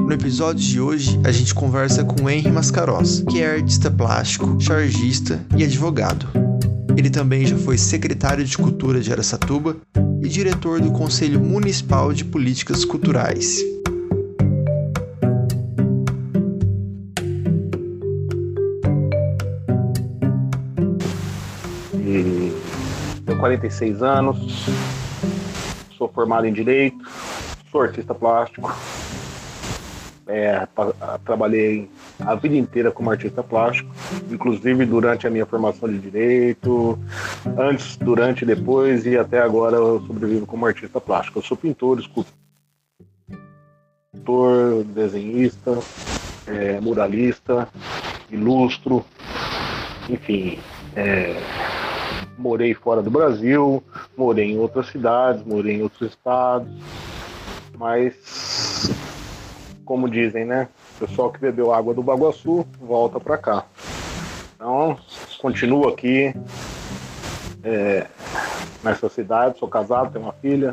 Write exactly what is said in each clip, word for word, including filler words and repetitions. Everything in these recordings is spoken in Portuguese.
No episódio de hoje, a gente conversa com Henry Mascaroz, que é artista plástico, chargista e advogado. Ele também já foi secretário de Cultura de Araçatuba e diretor do Conselho Municipal de Políticas Culturais. E tenho quarenta e seis anos, sou formado em Direito, sou artista plástico, é, pa- trabalhei a vida inteira como artista plástico, inclusive durante a minha formação de Direito, antes, durante, depois e até agora eu sobrevivo como artista plástico. Eu sou pintor, escultor, desenhista, é, muralista, ilustro, enfim, é, morei fora do Brasil, morei em outras cidades, morei em outros estados, mas, como dizem, né? O pessoal que bebeu água do Baguaçu volta para cá. Então, continuo aqui é, nessa cidade, sou casado, tenho uma filha.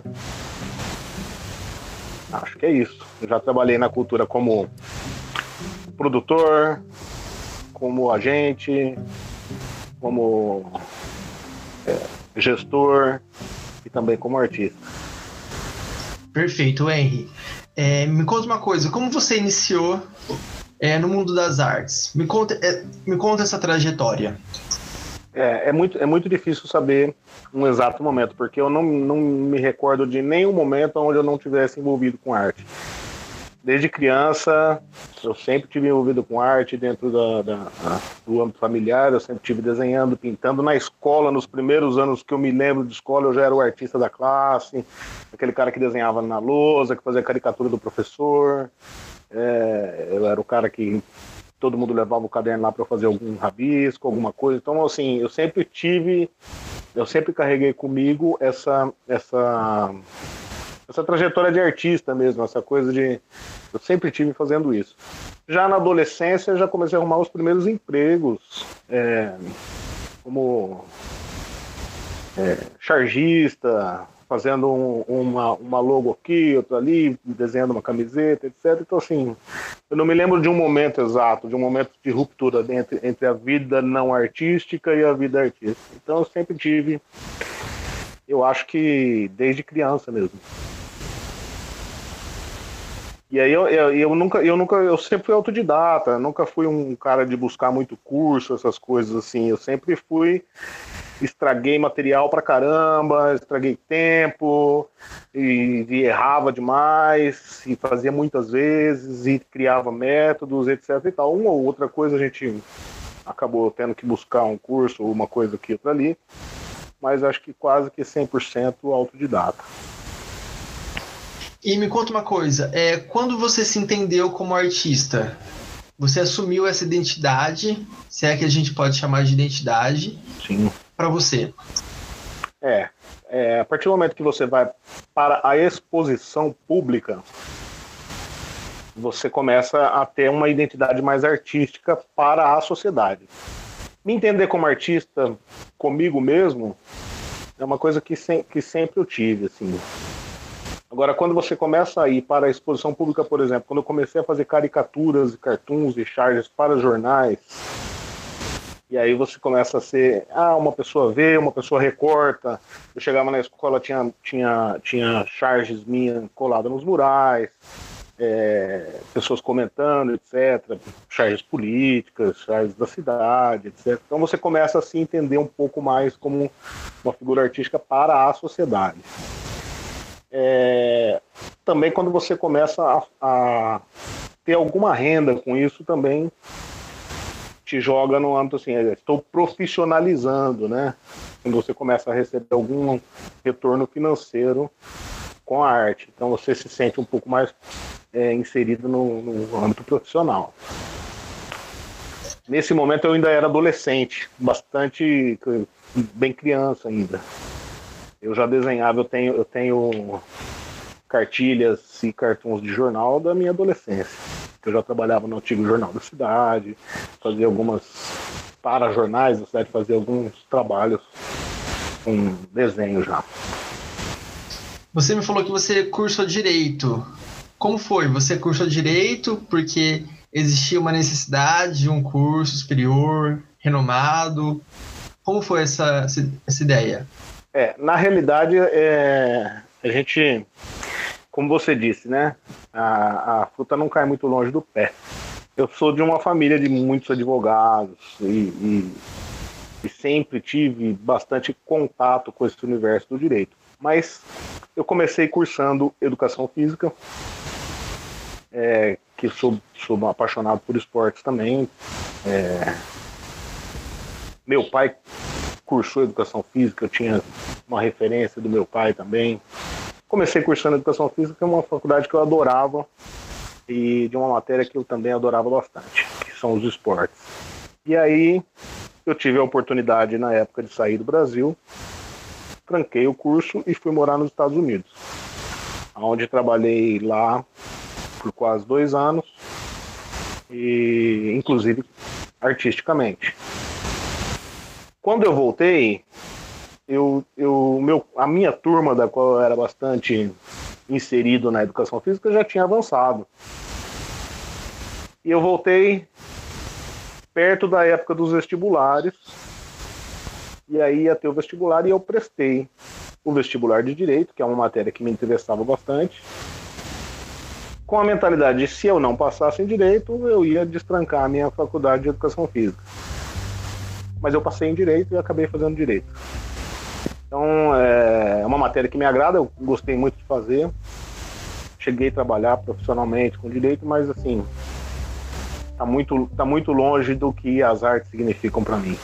Acho que é isso. Eu já trabalhei na cultura como produtor, como agente, como é, gestor e também como artista. Perfeito, Henry. É, me conta uma coisa, como você iniciou é, no mundo das artes? Me conta, é, me conta essa trajetória. É, é, muito, é muito difícil saber um exato momento, porque eu não, não me recordo de nenhum momento onde eu não tivesse envolvido com arte. Desde criança, eu sempre tive envolvido com arte dentro da, da, do âmbito familiar, eu sempre tive desenhando, pintando. Na escola, nos primeiros anos que eu me lembro de escola, eu já era o artista da classe, aquele cara que desenhava na lousa, que fazia caricatura do professor. É, eu era o cara que todo mundo levava o caderno lá para fazer algum rabisco, alguma coisa. Então, assim, eu sempre tive, eu sempre carreguei comigo essa... essa essa trajetória de artista mesmo, essa coisa de... Eu sempre tive fazendo isso. Já na adolescência, já comecei a arrumar os primeiros empregos, é, como é, chargista, fazendo um, uma, uma logo aqui, outra ali, desenhando uma camiseta, etcétera. Então, assim, eu não me lembro de um momento exato, de um momento de ruptura entre, entre a vida não artística e a vida artística. Então, eu sempre tive... Eu acho que desde criança mesmo. E aí eu, eu, eu nunca, eu nunca, eu sempre fui autodidata, nunca fui um cara de buscar muito curso, essas coisas assim. Eu sempre fui, estraguei material pra caramba, estraguei tempo, e, e errava demais, e fazia muitas vezes, e criava métodos, etcétera e tal. Uma ou outra coisa a gente acabou tendo que buscar um curso, uma coisa aqui, outra ali. Mas acho que quase que cem por cento autodidata. E me conta uma coisa, é, quando você se entendeu como artista, você assumiu essa identidade, se é que a gente pode chamar de identidade, Sim. Para você? É, é, a partir do momento que você vai para a exposição pública, você começa a ter uma identidade mais artística para a sociedade. Me entender como artista comigo mesmo é uma coisa que, sem, que sempre eu tive, assim. Agora, quando você começa a ir para a exposição pública, por exemplo, quando eu comecei a fazer caricaturas e cartoons e charges para jornais, e aí você começa a ser, ah, uma pessoa vê, uma pessoa recorta. Eu chegava na escola, tinha, tinha, tinha charges minhas coladas nos murais, É, pessoas comentando, etcétera, charges políticas, charges da cidade, etcétera. Então você começa a se entender um pouco mais como uma figura artística para a sociedade. É, também quando você começa a, a ter alguma renda com isso, também te joga no âmbito assim, estou profissionalizando, né? Quando você começa a receber algum retorno financeiro com a arte. Então você se sente um pouco mais é, inserido no, no âmbito profissional. Nesse momento eu ainda era adolescente, bastante bem criança ainda. Eu já desenhava, eu tenho, eu tenho cartilhas e cartões de jornal da minha adolescência. Eu já trabalhava no antigo Jornal da Cidade, fazia algumas para jornais da cidade, fazia alguns trabalhos com desenho já. Você me falou que você cursou Direito. como foi? Você cursou Direito porque existia uma necessidade de um curso superior, renomado? Como foi essa, essa ideia? É, na realidade, é, a gente, como você disse, né? A, a fruta não cai muito longe do pé. Eu sou de uma família de muitos advogados e, e, e sempre tive bastante contato com esse universo do direito. Mas eu comecei cursando Educação Física, é, que sou, sou apaixonado por esportes também. É, meu pai cursou Educação Física, eu tinha uma referência do meu pai também. Comecei cursando Educação Física, que é uma faculdade que eu adorava, e de uma matéria que eu também adorava bastante, que são os esportes. E aí eu tive a oportunidade, na época, de sair do Brasil, tranquei o curso e fui morar nos Estados Unidos, onde trabalhei lá por quase dois anos, e inclusive artisticamente. Quando eu voltei, eu, eu, meu, a minha turma, da qual eu era bastante inserido na Educação Física, já tinha avançado. E eu voltei perto da época dos vestibulares, e aí ia ter o vestibular, e eu prestei o vestibular de Direito, que é uma matéria que me interessava bastante, com a mentalidade de, se eu não passasse em Direito, eu ia destrancar a minha faculdade de Educação Física. Mas eu passei em Direito e acabei fazendo Direito. Então, é uma matéria que me agrada, eu gostei muito de fazer. Cheguei a trabalhar profissionalmente com Direito, mas, assim, tá muito, tá muito longe do que as artes significam para mim.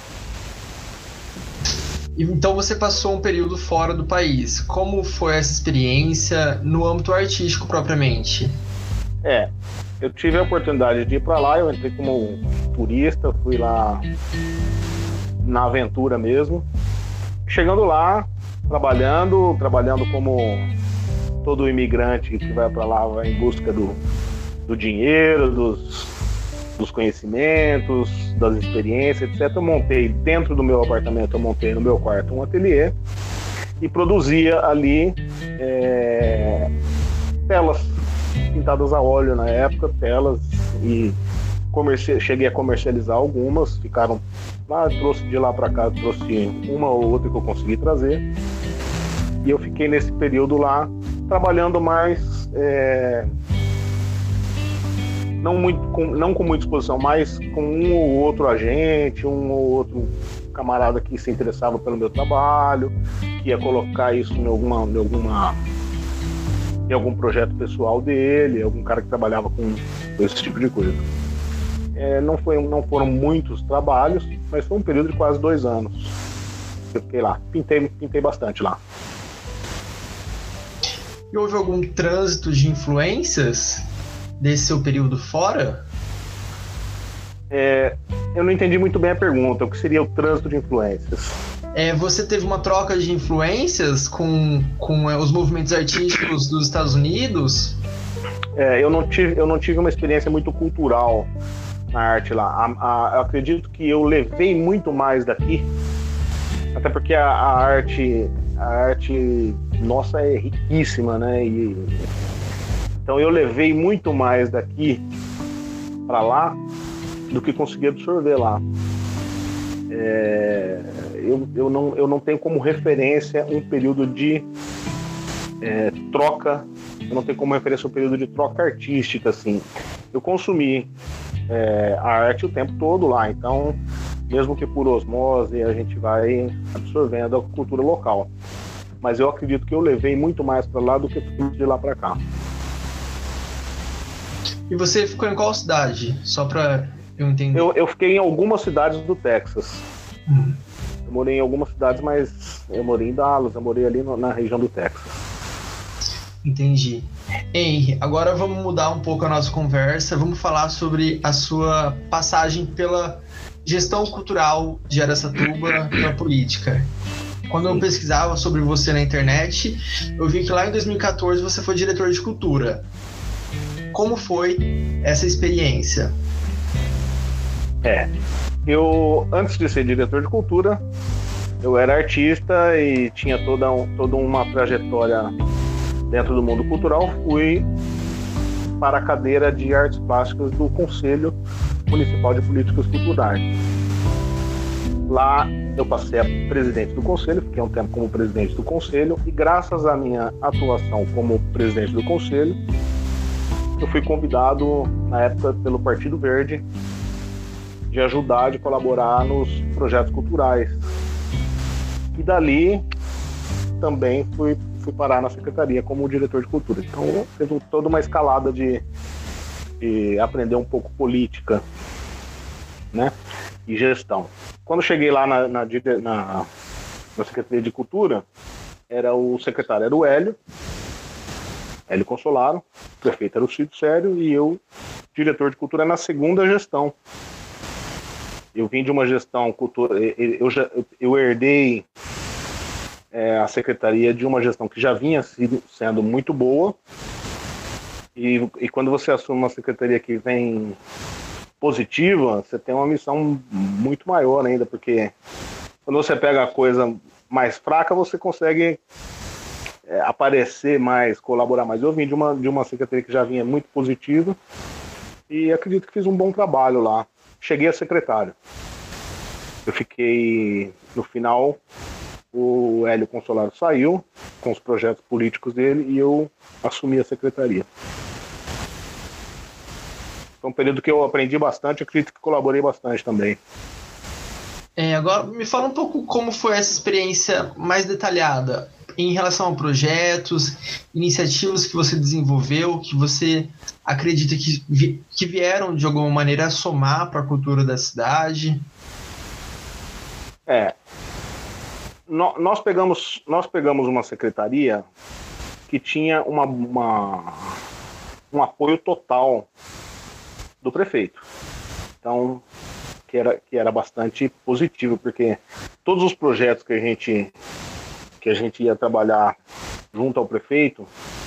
Então você passou um período fora do país. Como foi essa experiência no âmbito artístico propriamente? É, eu tive a oportunidade de ir para lá, eu entrei como turista, fui lá na aventura mesmo. Chegando lá, trabalhando, trabalhando como todo imigrante que vai para lá, vai em busca do, do dinheiro, dos, dos conhecimentos, das experiências, etcétera. Eu montei, dentro do meu apartamento, eu montei no meu quarto um ateliê e produzia ali é, telas pintadas a óleo na época, telas, e comerci- cheguei a comercializar algumas, ficaram lá, trouxe de lá para cá, trouxe uma ou outra que eu consegui trazer, e eu fiquei nesse período lá, trabalhando mais, é, não, muito, com, não com muita exposição, mas com um ou outro agente, um ou outro camarada que se interessava pelo meu trabalho, que ia colocar isso em alguma, em alguma em algum projeto pessoal dele, algum cara que trabalhava com esse tipo de coisa. É, não, foi, não foram muitos trabalhos, mas foi um período de quase dois anos. Eu fiquei lá, pintei, pintei bastante lá. E houve algum trânsito de influências desse seu período fora? É, eu não entendi muito bem a pergunta. O que seria o trânsito de influências? É, você teve uma troca de influências com, com é, os movimentos artísticos dos Estados Unidos? É, eu, não tive, eu não tive uma experiência muito cultural na arte lá. A, a, eu acredito que eu levei muito mais daqui, até porque a, a arte a arte nossa é riquíssima, né? E, então eu levei muito mais daqui para lá do que consegui absorver lá. É, eu, eu, não, eu não tenho como referência um período de é, troca, eu não tenho como referência um período de troca artística, assim. Eu consumi é, a arte o tempo todo lá, então, mesmo que por osmose, a gente vai absorvendo a cultura local. Mas eu acredito que eu levei muito mais para lá do que de lá para cá. E você ficou em qual cidade? Só para eu entender. Eu, eu fiquei em algumas cidades do Texas. Hum. Eu morei em algumas cidades, mas eu morei em Dallas, eu morei ali no, na região do Texas. Entendi. Henry, agora vamos mudar um pouco a nossa conversa. Vamos falar sobre a sua passagem pela gestão cultural de Araçatuba, pela política. Quando eu pesquisava sobre você na internet, eu vi que lá em dois mil e quatorze você foi diretor de cultura. Como foi essa experiência? É, eu, antes de ser diretor de cultura, eu era artista e tinha toda, um, toda uma trajetória dentro do mundo cultural. Fui para a cadeira de Artes Plásticas do Conselho Municipal de Políticas Culturais. Lá eu passei a presidente do conselho, fiquei um tempo como presidente do conselho, e graças à minha atuação como presidente do conselho, eu fui convidado, na época, pelo Partido Verde, de ajudar, de colaborar nos projetos culturais. E dali também fui, fui parar na secretaria como diretor de cultura. Então teve toda uma escalada de, de aprender um pouco política, né, e gestão. Quando cheguei lá na, na, na, na Secretaria de Cultura, era o secretário era o Hélio, Hélio Consolaro, o prefeito era o Cid Sério e eu, diretor de cultura, na segunda gestão. Eu vim de uma gestão cultura, eu, já, eu herdei é, a secretaria de uma gestão que já vinha sido, sendo muito boa, e, e quando você assume uma secretaria que vem positiva, você tem uma missão muito maior ainda, porque quando você pega a coisa mais fraca, você consegue é, aparecer mais, colaborar mais. Eu vim de uma, de uma secretaria que já vinha muito positiva e acredito que fiz um bom trabalho lá. Cheguei a secretário. Eu fiquei, no final, o Hélio Consolaro saiu com os projetos políticos dele e eu assumi a secretaria. Foi um período que eu aprendi bastante, acredito que colaborei bastante também. É, agora, me fala um pouco como foi essa experiência mais detalhada em relação a projetos, iniciativas que você desenvolveu, que você acredita que, vi, que vieram de alguma maneira a somar para a cultura da cidade. É, no, nós, pegamos, nós pegamos uma secretaria que tinha uma, uma, um apoio total do prefeito. Então, que era, que era bastante positivo, porque todos os projetos que a gente, que a gente ia trabalhar junto ao prefeito,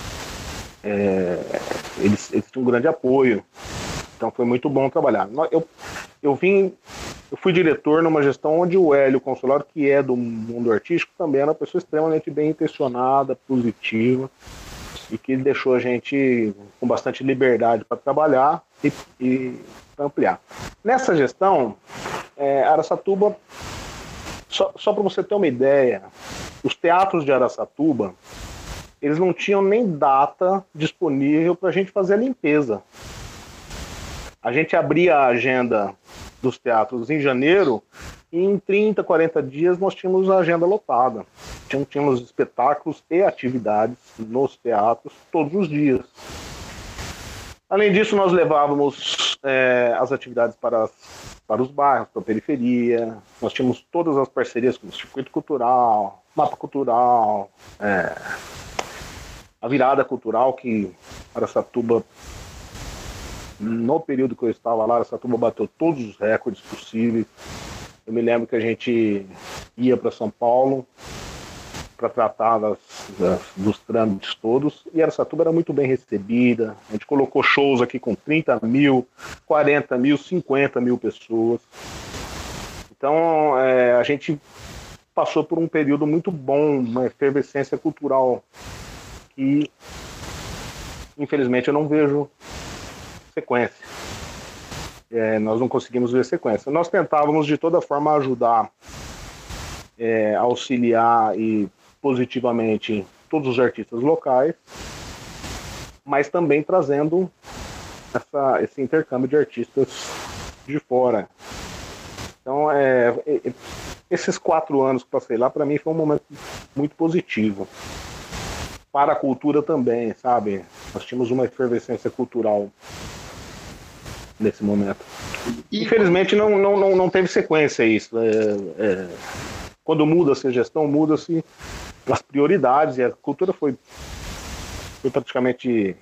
é, eles, eles tinham um grande apoio. Então foi muito bom trabalhar. Eu, eu vim, eu fui diretor numa gestão onde o Hélio Consolaro, que é do mundo artístico, também era uma pessoa extremamente bem intencionada, positiva, e que deixou a gente com bastante liberdade para trabalhar e, e para ampliar. Nessa gestão, é, Araçatuba, só, só para você ter uma ideia, os teatros de Araçatuba, eles não tinham nem data disponível para a gente fazer a limpeza. A gente abria a agenda dos teatros em janeiro e em trinta, quarenta dias nós tínhamos a agenda lotada. Tínhamos espetáculos e atividades nos teatros todos os dias. Além disso, nós levávamos é, as atividades para, para os bairros, para a periferia. Nós tínhamos todas as parcerias com o Circuito Cultural, Mapa Cultural, é, a Virada Cultural, que Araçatuba, no período que eu estava lá, Araçatuba bateu todos os recordes possíveis. Eu me lembro que a gente ia para São Paulo para tratar das, das, dos trâmites todos, e Araçatuba era muito bem recebida. A gente colocou shows aqui com trinta mil, quarenta mil, cinquenta mil pessoas. Então é, a gente passou por um período muito bom, uma efervescência cultural que infelizmente eu não vejo sequência. É, nós não conseguimos ver sequência. Nós tentávamos de toda forma ajudar, é, auxiliar e positivamente todos os artistas locais, mas também trazendo essa, esse intercâmbio de artistas de fora. Então, é, é, esses quatro anos que passei lá, para mim, foi um momento muito positivo. Para a cultura também, sabe? Nós tínhamos uma efervescência cultural nesse momento. E... Infelizmente não, não, não, não teve sequência isso. É, é, quando muda-se a gestão, muda-se as prioridades, e a cultura foi, foi praticamente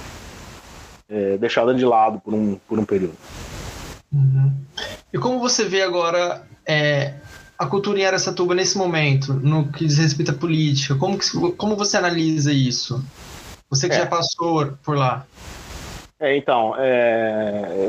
é, deixada de lado por um, por um período. Uhum. E como você vê agora é, a cultura em Araçatuba nesse momento, no que diz respeito à política? Como, que, como você analisa isso? Você que é. já passou por lá. É, então, é...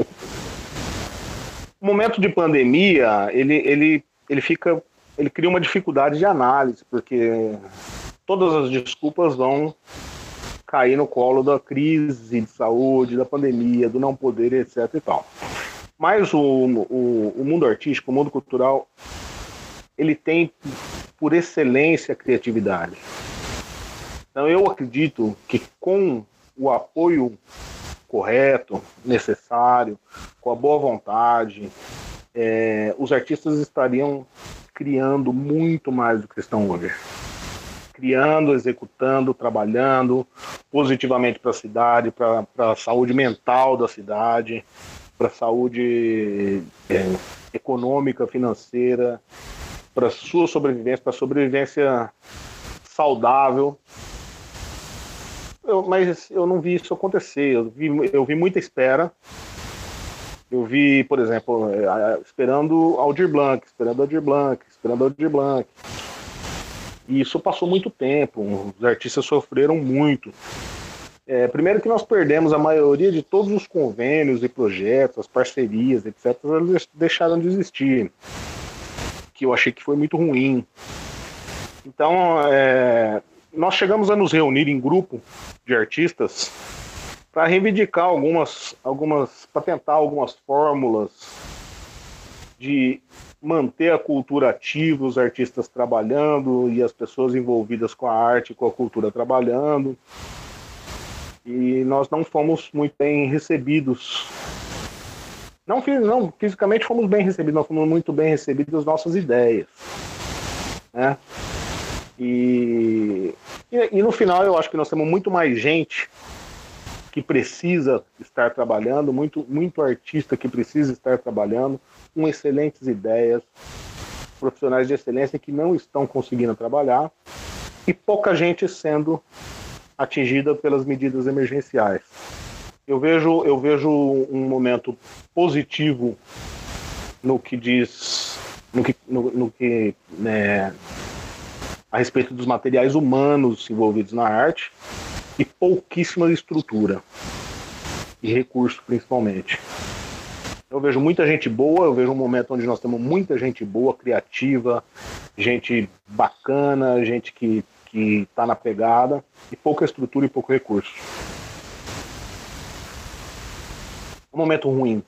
o momento de pandemia, ele, ele, ele fica, ele cria uma dificuldade de análise, porque todas as desculpas vão cair no colo da crise de saúde, da pandemia, do não poder, etc e tal. Mas o, o, o mundo artístico, o mundo cultural, ele tem, por excelência, a criatividade. Então, eu acredito que com o apoio correto, necessário, com a boa vontade, é, os artistas estariam criando muito mais do que estão hoje. Criando, executando, trabalhando positivamente para a cidade, para a saúde mental da cidade, para a saúde é, econômica, financeira, para a sua sobrevivência, para a sobrevivência saudável. Eu, mas eu não vi isso acontecer. Eu vi, eu vi muita espera. Eu vi, por exemplo, esperando Aldir Blanc, esperando Aldir Blanc, esperando Aldir Blanc. E isso passou muito tempo. Os artistas sofreram muito. É, primeiro que nós perdemos a maioria de todos os convênios e projetos, as parcerias, etcétera, eles deixaram de existir. Que eu achei que foi muito ruim. Então, é, nós chegamos a nos reunir em grupo de artistas para reivindicar algumas, algumas, para tentar algumas fórmulas de manter a cultura ativa, os artistas trabalhando e as pessoas envolvidas com a arte e com a cultura trabalhando. E nós não fomos muito bem recebidos. Não, não fisicamente fomos bem recebidos, nós fomos muito bem recebidos as nossas ideias. Né? E, e, e no final eu acho que nós temos muito mais gente que precisa estar trabalhando, muito, muito artista que precisa estar trabalhando, com excelentes ideias, profissionais de excelência que não estão conseguindo trabalhar e pouca gente sendo atingida pelas medidas emergenciais. Eu vejo, eu vejo um momento positivo no que diz, no que, no, no que né, a respeito dos materiais humanos envolvidos na arte e pouquíssima estrutura e recurso, principalmente. Eu vejo muita gente boa, eu vejo um momento onde nós temos muita gente boa, criativa, gente bacana, gente que que está na pegada, e pouca estrutura e pouco recurso. Um momento ruim.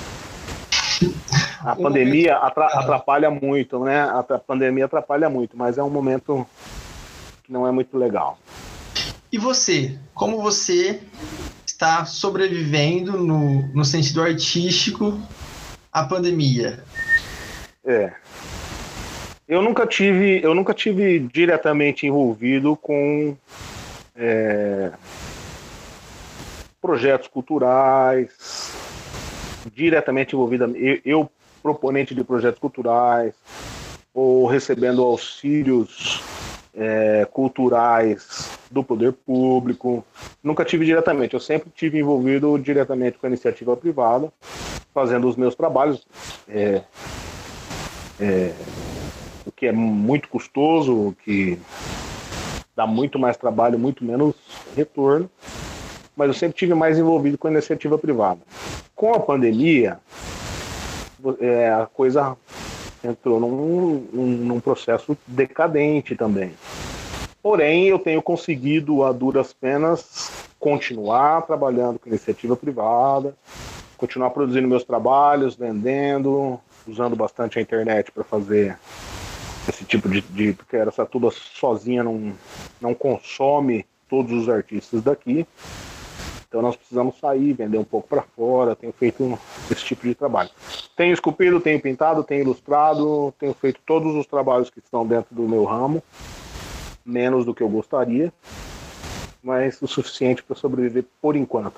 A um pandemia momento... atra- atrapalha muito, né? A pandemia atrapalha muito, mas é um momento que não é muito legal. E você? Como você está sobrevivendo no, no sentido artístico à pandemia? É. Eu nunca tive, eu nunca tive diretamente envolvido com é, projetos culturais, diretamente envolvido, eu, eu proponente de projetos culturais, ou recebendo auxílios é, culturais do poder público. Nunca tive diretamente, eu sempre tive envolvido diretamente com a iniciativa privada, fazendo os meus trabalhos. É, é, o que é muito custoso, o que dá muito mais trabalho, muito menos retorno, mas eu sempre tive mais envolvido com a iniciativa privada. Com a pandemia, é, a coisa entrou num, num, num processo decadente também. Porém, eu tenho conseguido, a duras penas, continuar trabalhando com iniciativa privada, continuar produzindo meus trabalhos, vendendo, usando bastante a internet para fazer esse tipo de, de... porque a Araçatuba sozinha não, não consome todos os artistas daqui. Então nós precisamos sair, vender um pouco para fora. Tenho feito um, esse tipo de trabalho. Tenho esculpido, tenho pintado, tenho ilustrado, tenho feito todos os trabalhos que estão dentro do meu ramo, menos do que eu gostaria, mas o suficiente para sobreviver por enquanto.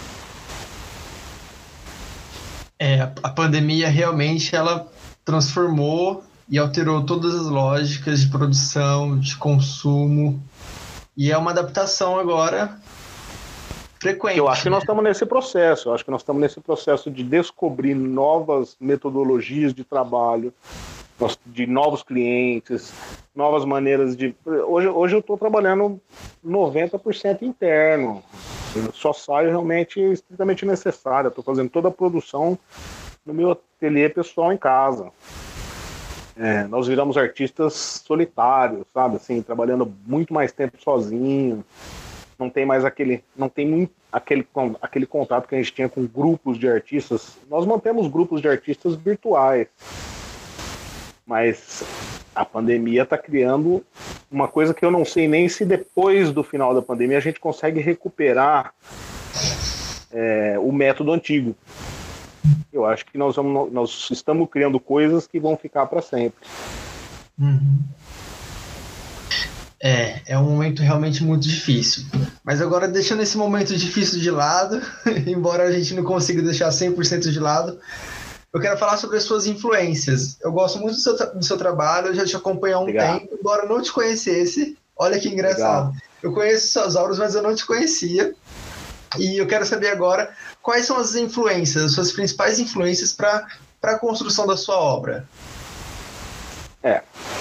É, a pandemia realmente ela transformou e alterou todas as lógicas de produção, de consumo, e é uma adaptação agora frequente. Eu acho que nós estamos nesse processo, eu acho que nós estamos nesse processo de descobrir novas metodologias de trabalho, de novos clientes, novas maneiras de... Hoje, hoje eu estou trabalhando noventa por cento interno, eu só saio realmente estritamente necessário, estou fazendo toda a produção no meu ateliê pessoal em casa. É, nós viramos artistas solitários, sabe, assim, trabalhando muito mais tempo sozinho. não tem mais aquele, não tem muito aquele, aquele contato que a gente tinha com grupos de artistas. Nós mantemos grupos de artistas virtuais, mas a pandemia está criando uma coisa que eu não sei nem se depois do final da pandemia a gente consegue recuperar é, o método antigo. Eu acho que nós, vamos, nós estamos criando coisas que vão ficar para sempre. Uhum. É, é um momento realmente muito difícil. Mas agora, deixando esse momento difícil de lado, embora a gente não consiga deixar cem por cento de lado, eu quero falar sobre as suas influências. Eu gosto muito do seu, do seu trabalho, eu já te acompanho há um Obrigado. tempo, embora eu não te conhecesse. Olha que engraçado. Legal. Eu conheço suas obras, mas eu não te conhecia. E eu quero saber agora quais são as influências, as suas principais influências para a construção da sua obra. É.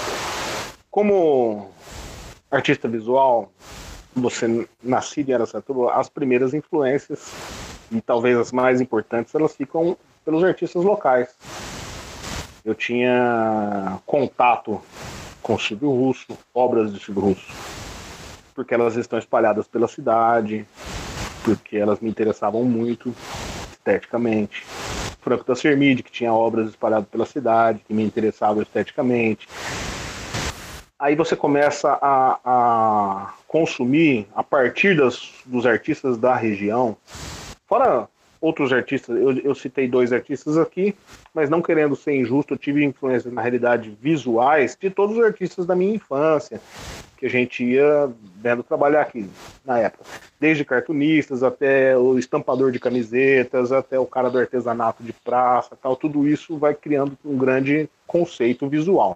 Como artista visual, você nascido em Araçatuba, as primeiras influências, e talvez as mais importantes, elas ficam pelos artistas locais. Eu tinha contato com Silvio Russo, obras de Silvio Russo, porque elas estão espalhadas pela cidade, porque elas me interessavam muito esteticamente. Franco da Sermide, que tinha obras espalhadas pela cidade, que me interessavam esteticamente. Aí você começa a, a consumir a partir das, dos artistas da região, fora outros artistas, eu, eu citei dois artistas aqui, mas não querendo ser injusto, eu tive influências, na realidade, visuais de todos os artistas da minha infância, que a gente ia vendo trabalhar aqui na época. Desde cartunistas até o estampador de camisetas, até o cara do artesanato de praça, tal, tudo isso vai criando um grande conceito visual.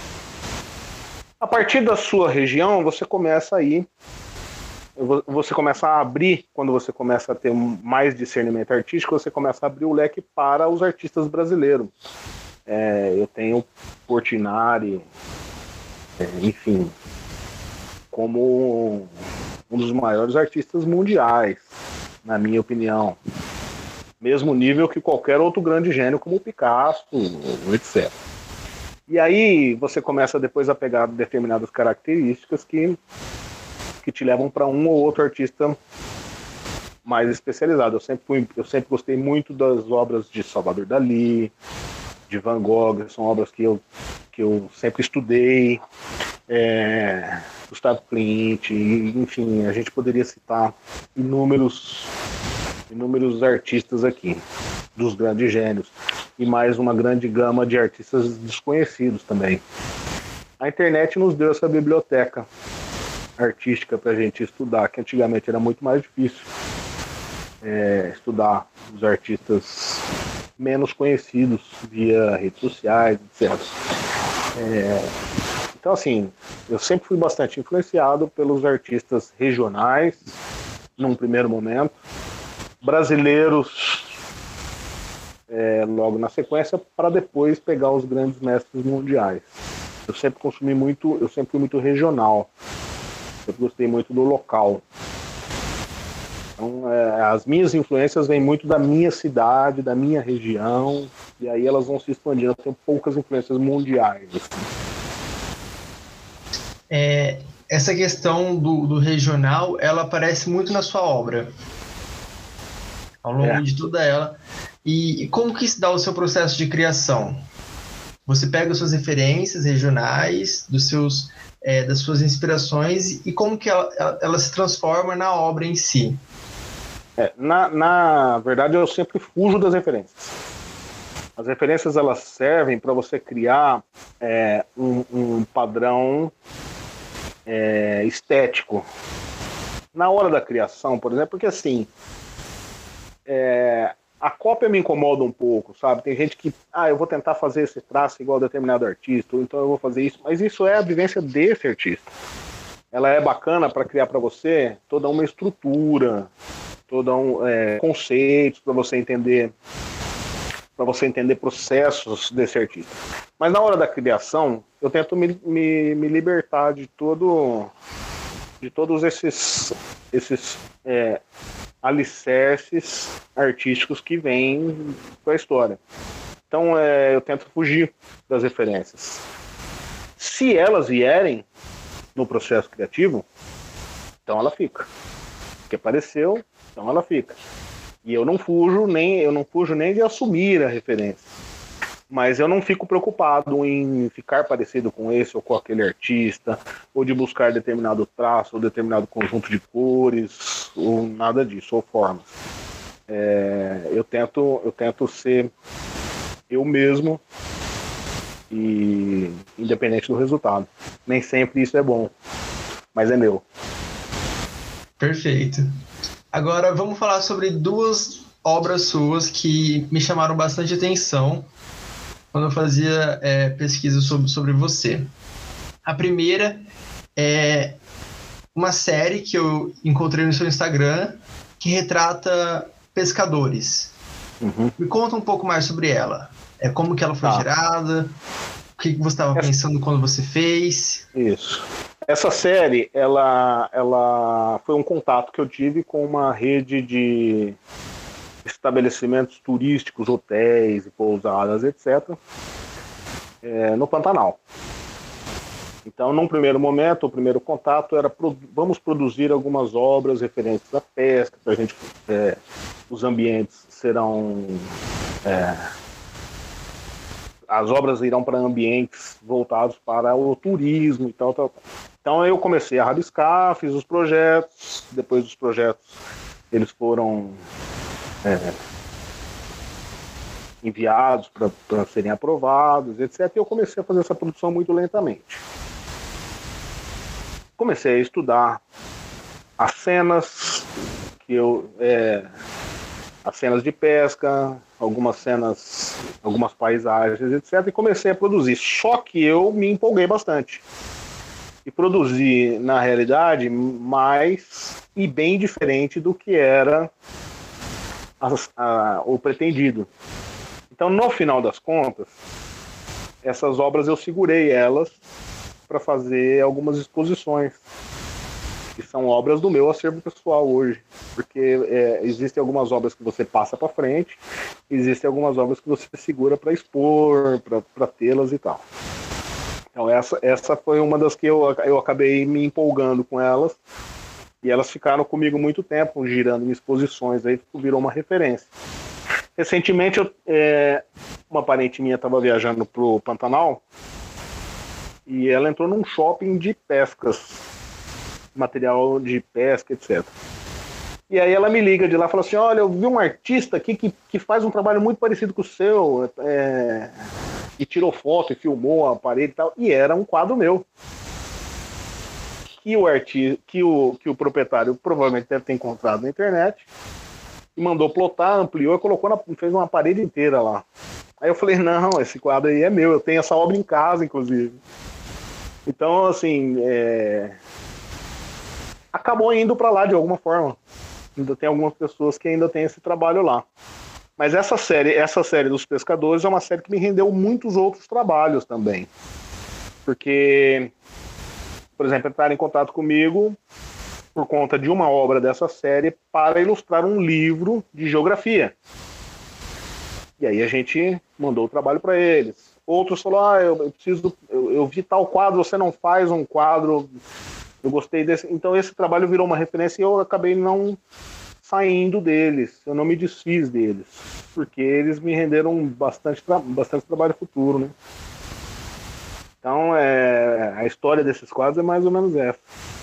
A partir da sua região, você começa aí, você começa a abrir, quando você começa a ter mais discernimento artístico, você começa a abrir o leque para os artistas brasileiros. É, eu tenho Portinari, é, enfim, como um dos maiores artistas mundiais, na minha opinião. Mesmo nível que qualquer outro grande gênio, como o Picasso, etcétera. E aí você começa depois a pegar determinadas características que, que te levam para um ou outro artista mais especializado. Eu sempre, fui, eu sempre gostei muito das obras de Salvador Dalí, de Van Gogh, são obras que eu, que eu sempre estudei, é, Gustavo Klimt, enfim, a gente poderia citar inúmeros, inúmeros artistas aqui, dos grandes gênios, e mais uma grande gama de artistas desconhecidos também. A internet nos deu essa biblioteca artística para a gente estudar, que antigamente era muito mais difícil é, estudar os artistas menos conhecidos via redes sociais, etcétera. É, então, assim, eu sempre fui bastante influenciado pelos artistas regionais, num primeiro momento, brasileiros, É, logo na sequência, para depois pegar os grandes mestres mundiais. Eu sempre consumi muito, eu sempre fui muito regional, sempre gostei muito do local. Então, é, as minhas influências vêm muito da minha cidade, da minha região, e aí elas vão se expandindo. Eu tenho poucas influências mundiais. Assim. É, essa questão do, do regional, ela aparece muito na sua obra, ao longo é. de toda ela. E como que se dá o seu processo de criação? Você pega as suas referências regionais, dos seus, é, das suas inspirações, e como que ela, ela, ela se transforma na obra em si? É, na, na verdade, eu sempre fujo das referências. As referências, elas servem para você criar é, um, um padrão é, estético. Na hora da criação, por exemplo, porque assim... É, a cópia me incomoda um pouco, sabe? Tem gente que, ah, eu vou tentar fazer esse traço igual a determinado artista, ou então eu vou fazer isso, mas isso é a vivência desse artista. Ela é bacana para criar para você toda uma estrutura, todo um é, conceitos para você entender, para você entender processos desse artista. Mas na hora da criação, eu tento me, me, me libertar de todo, de todos esses, esses é, alicerces artísticos que vêm com a história. Então é, eu tento fugir das referências. Se elas vierem no processo criativo, então ela fica. que apareceu, então ela fica. E eu não fujo nem, eu não fujo nem de assumir a referência. Mas eu não fico preocupado em ficar parecido com esse ou com aquele artista, ou de buscar determinado traço, ou determinado conjunto de cores, ou nada disso, ou formas. É, eu, tento, eu tento ser eu mesmo, e independente do resultado. Nem sempre isso é bom, mas é meu. Perfeito. Agora vamos falar sobre duas obras suas que me chamaram bastante atenção quando eu fazia é, pesquisa sobre, sobre você. A primeira é uma série que eu encontrei no seu Instagram que retrata pescadores. Uhum. Me conta um pouco mais sobre ela. É, como que ela foi ah. gerada, o que você estava Essa... pensando quando você fez. Isso. Essa série, ela, ela foi um contato que eu tive com uma rede de estabelecimentos turísticos, hotéis e pousadas, etcétera, é, no Pantanal. Então, num primeiro momento, o primeiro contato era pro, vamos produzir algumas obras referentes à pesca, pra gente, é, os ambientes serão... É, as obras irão para ambientes voltados para o turismo e tal, tal. Então eu comecei a rabiscar, fiz os projetos, depois dos projetos eles foram é, enviados para serem aprovados, etcétera. E eu comecei a fazer essa produção muito lentamente. Comecei a estudar as cenas que eu... É, as cenas de pesca, algumas cenas, algumas paisagens, etcétera. E comecei a produzir. Só que eu me empolguei bastante. E produzi, na realidade, mais e bem diferente do que era a, a, o pretendido. Então, no final das contas, essas obras eu segurei elas para fazer algumas exposições, que são obras do meu acervo pessoal hoje, porque é, existem algumas obras que você passa para frente, existem algumas obras que você segura para expor, para tê-las e tal. Então essa, essa foi uma das que eu, eu acabei me empolgando com elas, e elas ficaram comigo muito tempo, girando em exposições, aí virou uma referência. Recentemente, eu, é, uma parente minha estava viajando para o Pantanal, e ela entrou num shopping de pescas, material de pesca, etcétera. E aí ela me liga de lá e fala assim, olha, eu vi um artista aqui que, que faz um trabalho muito parecido com o seu, é, e tirou foto e filmou a parede e tal, e era um quadro meu. Que o, artista, que o, que o proprietário provavelmente deve ter encontrado na internet, e mandou plotar, ampliou e colocou na, fez uma parede inteira lá. Aí eu falei, não, esse quadro aí é meu, eu tenho essa obra em casa, inclusive. Então, assim, é... acabou indo para lá de alguma forma. Ainda tem algumas pessoas que ainda têm esse trabalho lá. Mas essa série, essa série dos pescadores é uma série que me rendeu muitos outros trabalhos também. Porque, por exemplo, entraram em contato comigo por conta de uma obra dessa série para ilustrar um livro de geografia. E aí a gente mandou o trabalho para eles. Outros falaram, ah, eu, eu preciso, eu, eu vi tal quadro, você não faz um quadro, eu gostei desse. Então esse trabalho virou uma referência e eu acabei não saindo deles, eu não me desfiz deles, porque eles me renderam bastante, tra bastante trabalho futuro, né? Então é, a história desses quadros é mais ou menos essa.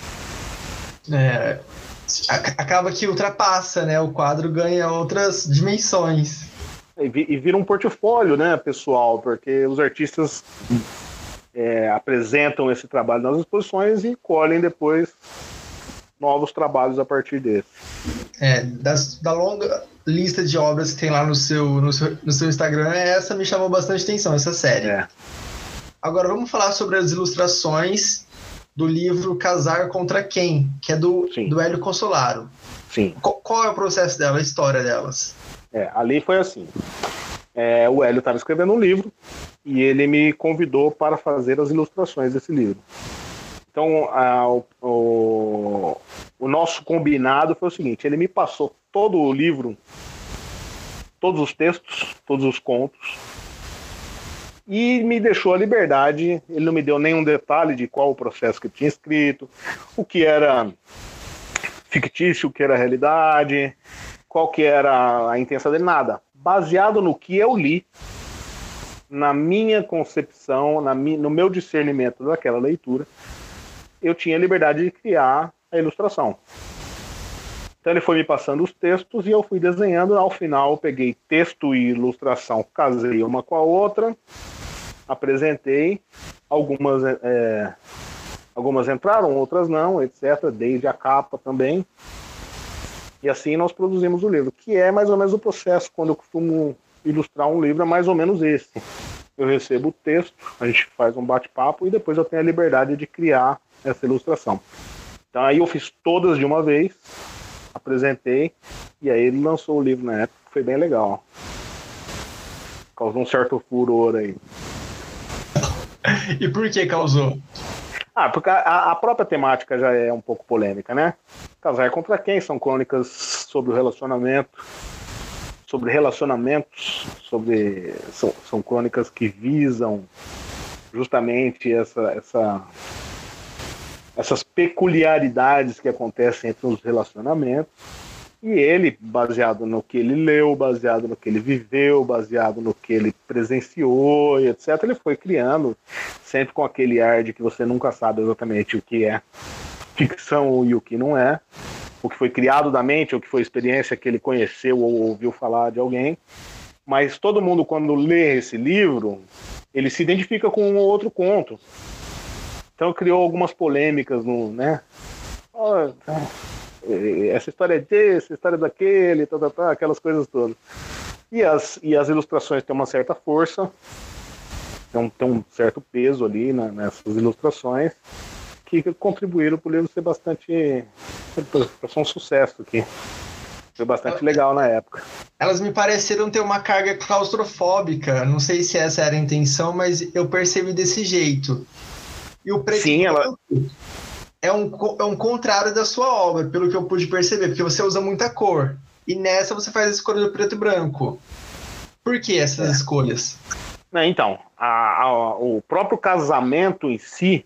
É, acaba que ultrapassa, né? O quadro ganha outras dimensões. E vira um portfólio, né, pessoal, porque os artistas é, apresentam esse trabalho nas exposições e colhem depois novos trabalhos a partir desse. É, das, da longa lista de obras que tem lá no seu, no seu, no seu Instagram, essa me chamou bastante atenção, essa série. É. Agora vamos falar sobre as ilustrações do livro Casar Contra Quem, que é do, do Hélio Consolaro. Sim. Qual, qual é o processo dela, a história delas? É, ali foi assim, é, o Hélio estava escrevendo um livro e ele me convidou para fazer as ilustrações desse livro. Então a, o, o nosso combinado foi o seguinte, ele me passou todo o livro, todos os textos, todos os contos, e me deixou a liberdade, ele não me deu nenhum detalhe de qual o processo que eu tinha escrito, o que era fictício, o que era realidade, qual que era a intenção dele, nada. Baseado no que eu li, na minha concepção, na mi, no meu discernimento daquela leitura, eu tinha liberdade de criar a ilustração. Então ele foi me passando os textos e eu fui desenhando. Ao final eu peguei texto e ilustração, casei uma com a outra, apresentei. Algumas, é, algumas entraram, outras não, etcétera. Desde a capa também. E assim nós produzimos o livro, que é mais ou menos o processo quando eu costumo ilustrar um livro, é mais ou menos esse. Eu recebo o texto, a gente faz um bate-papo e depois eu tenho a liberdade de criar essa ilustração. Então aí eu fiz todas de uma vez, apresentei, e aí ele lançou o livro na época, foi bem legal. Causou um certo furor aí. E por que causou? Ah, porque a, a própria temática já é um pouco polêmica, né? Casar contra quem? São crônicas sobre o relacionamento, sobre relacionamentos, sobre são, são crônicas que visam justamente essa, essa, essas peculiaridades que acontecem entre os relacionamentos. E ele, baseado no que ele leu, baseado no que ele viveu, baseado no que ele presenciou, e etcétera, ele foi criando, sempre com aquele ar de que você nunca sabe exatamente o que é ficção e o que não é, o que foi criado da mente, o que foi experiência que ele conheceu ou ouviu falar de alguém. Mas todo mundo, quando lê esse livro, ele se identifica com um ou outro conto. Então criou algumas polêmicas, no, né? Oh, essa história é desse, essa história é daquele, tá, tá, tá, aquelas coisas todas. E as, e as ilustrações têm uma certa força, tem, tem um certo peso ali na, nessas ilustrações, que contribuíram para o livro ser bastante... Foi um sucesso aqui. Foi bastante legal na época. Elas me pareceram ter uma carga claustrofóbica, não sei se essa era a intenção, mas eu percebi desse jeito. E o preto Sim, ela... é, um, é um contrário da sua obra, pelo que eu pude perceber, porque você usa muita cor. E nessa você faz a escolha do preto e branco. Por que essas é. escolhas? Então, a, a, o próprio casamento em si,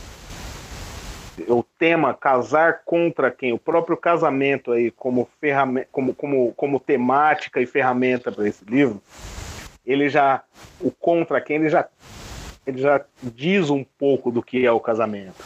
o tema casar contra quem, o próprio casamento aí como, ferramenta, como, como, como temática e ferramenta para esse livro, ele já, o contra quem, ele já, ele já diz um pouco do que é o casamento.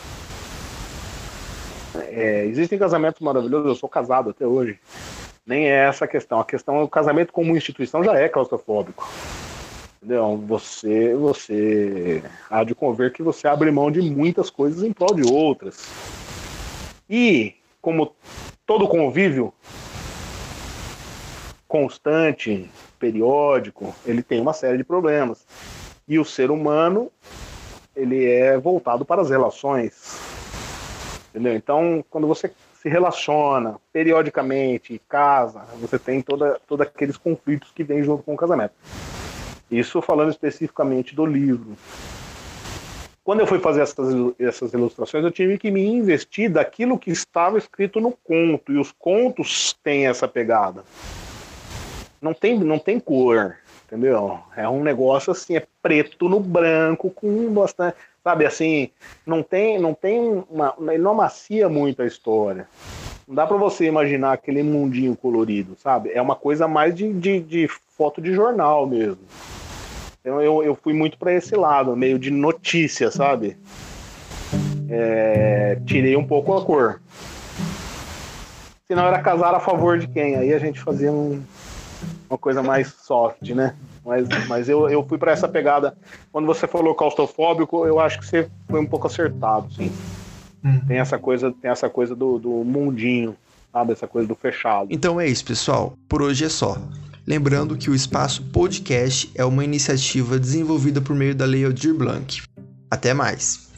É, existem casamentos maravilhosos, eu sou casado até hoje, nem é essa a questão, a questão é o casamento como instituição já é claustrofóbico. Entendeu? Você, você há de conver que você abre mão de muitas coisas em prol de outras. E, como todo convívio constante, periódico, ele tem uma série de problemas. E o ser humano, ele é voltado para as relações. Entendeu? Então, quando você se relaciona periodicamente, casa, você tem toda, todos aqueles conflitos que vêm junto com o casamento. Isso falando especificamente do livro. Quando eu fui fazer essas, essas ilustrações, eu tive que me investir daquilo que estava escrito no conto. E os contos têm essa pegada. Não tem, não tem cor, entendeu? É um negócio assim, é preto no branco, com bastante... Sabe, assim, não tem, não tem uma... Ele não amacia muito a história. Não dá para você imaginar aquele mundinho colorido, sabe? É uma coisa mais de, de, de foto de jornal mesmo. Então eu, eu fui muito para esse lado, meio de notícia, sabe? É, tirei um pouco a cor. Se não era casar a favor de quem? Aí a gente fazia um, uma coisa mais soft, né? Mas, mas eu, eu fui para essa pegada. Quando você falou claustrofóbico, eu acho que você foi um pouco acertado, sim. Tem essa coisa, tem essa coisa do, do mundinho, sabe? Essa coisa do fechado. Então é isso, pessoal. Por hoje é só. Lembrando que o Espaço Podcast é uma iniciativa desenvolvida por meio da Lei Aldir Blanc. Até mais!